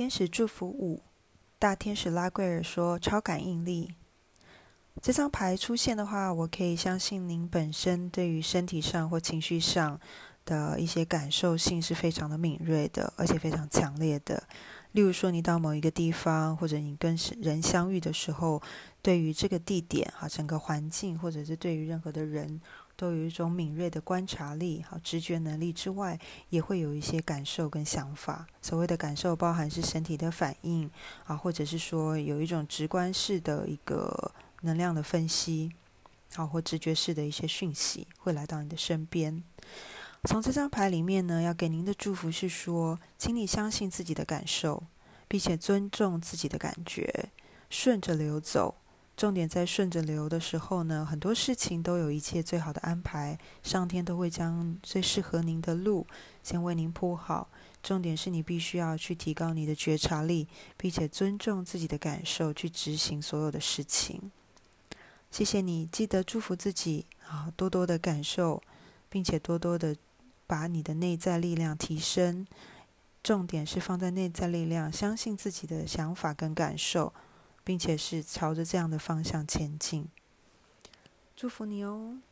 天使祝福5，大天使拉贵尔说超感应力。这张牌出现的话，我可以相信您本身对于身体上或情绪上的一些感受性是非常的敏锐的，而且非常强烈的。例如说，你到某一个地方，或者你跟人相遇的时候，对于这个地点整个环境，或者是对于任何的人，都有一种敏锐的观察力直觉能力之外，也会有一些感受跟想法。所谓的感受包含是身体的反应或者是说有一种直观式的一个能量的分析或直觉式的一些讯息会来到你的身边。从这张牌里面呢，要给您的祝福是说，请你相信自己的感受，并且尊重自己的感觉，顺着流走。重点在顺着流的时候呢，很多事情都有一切最好的安排，上天都会将最适合您的路先为您铺好。重点是你必须要去提高你的觉察力，并且尊重自己的感受，去执行所有的事情。谢谢你，记得祝福自己多多的感受，并且多多的把你的内在力量提升。重点是放在内在力量，相信自己的想法跟感受，并且是朝着这样的方向前进。祝福你哦。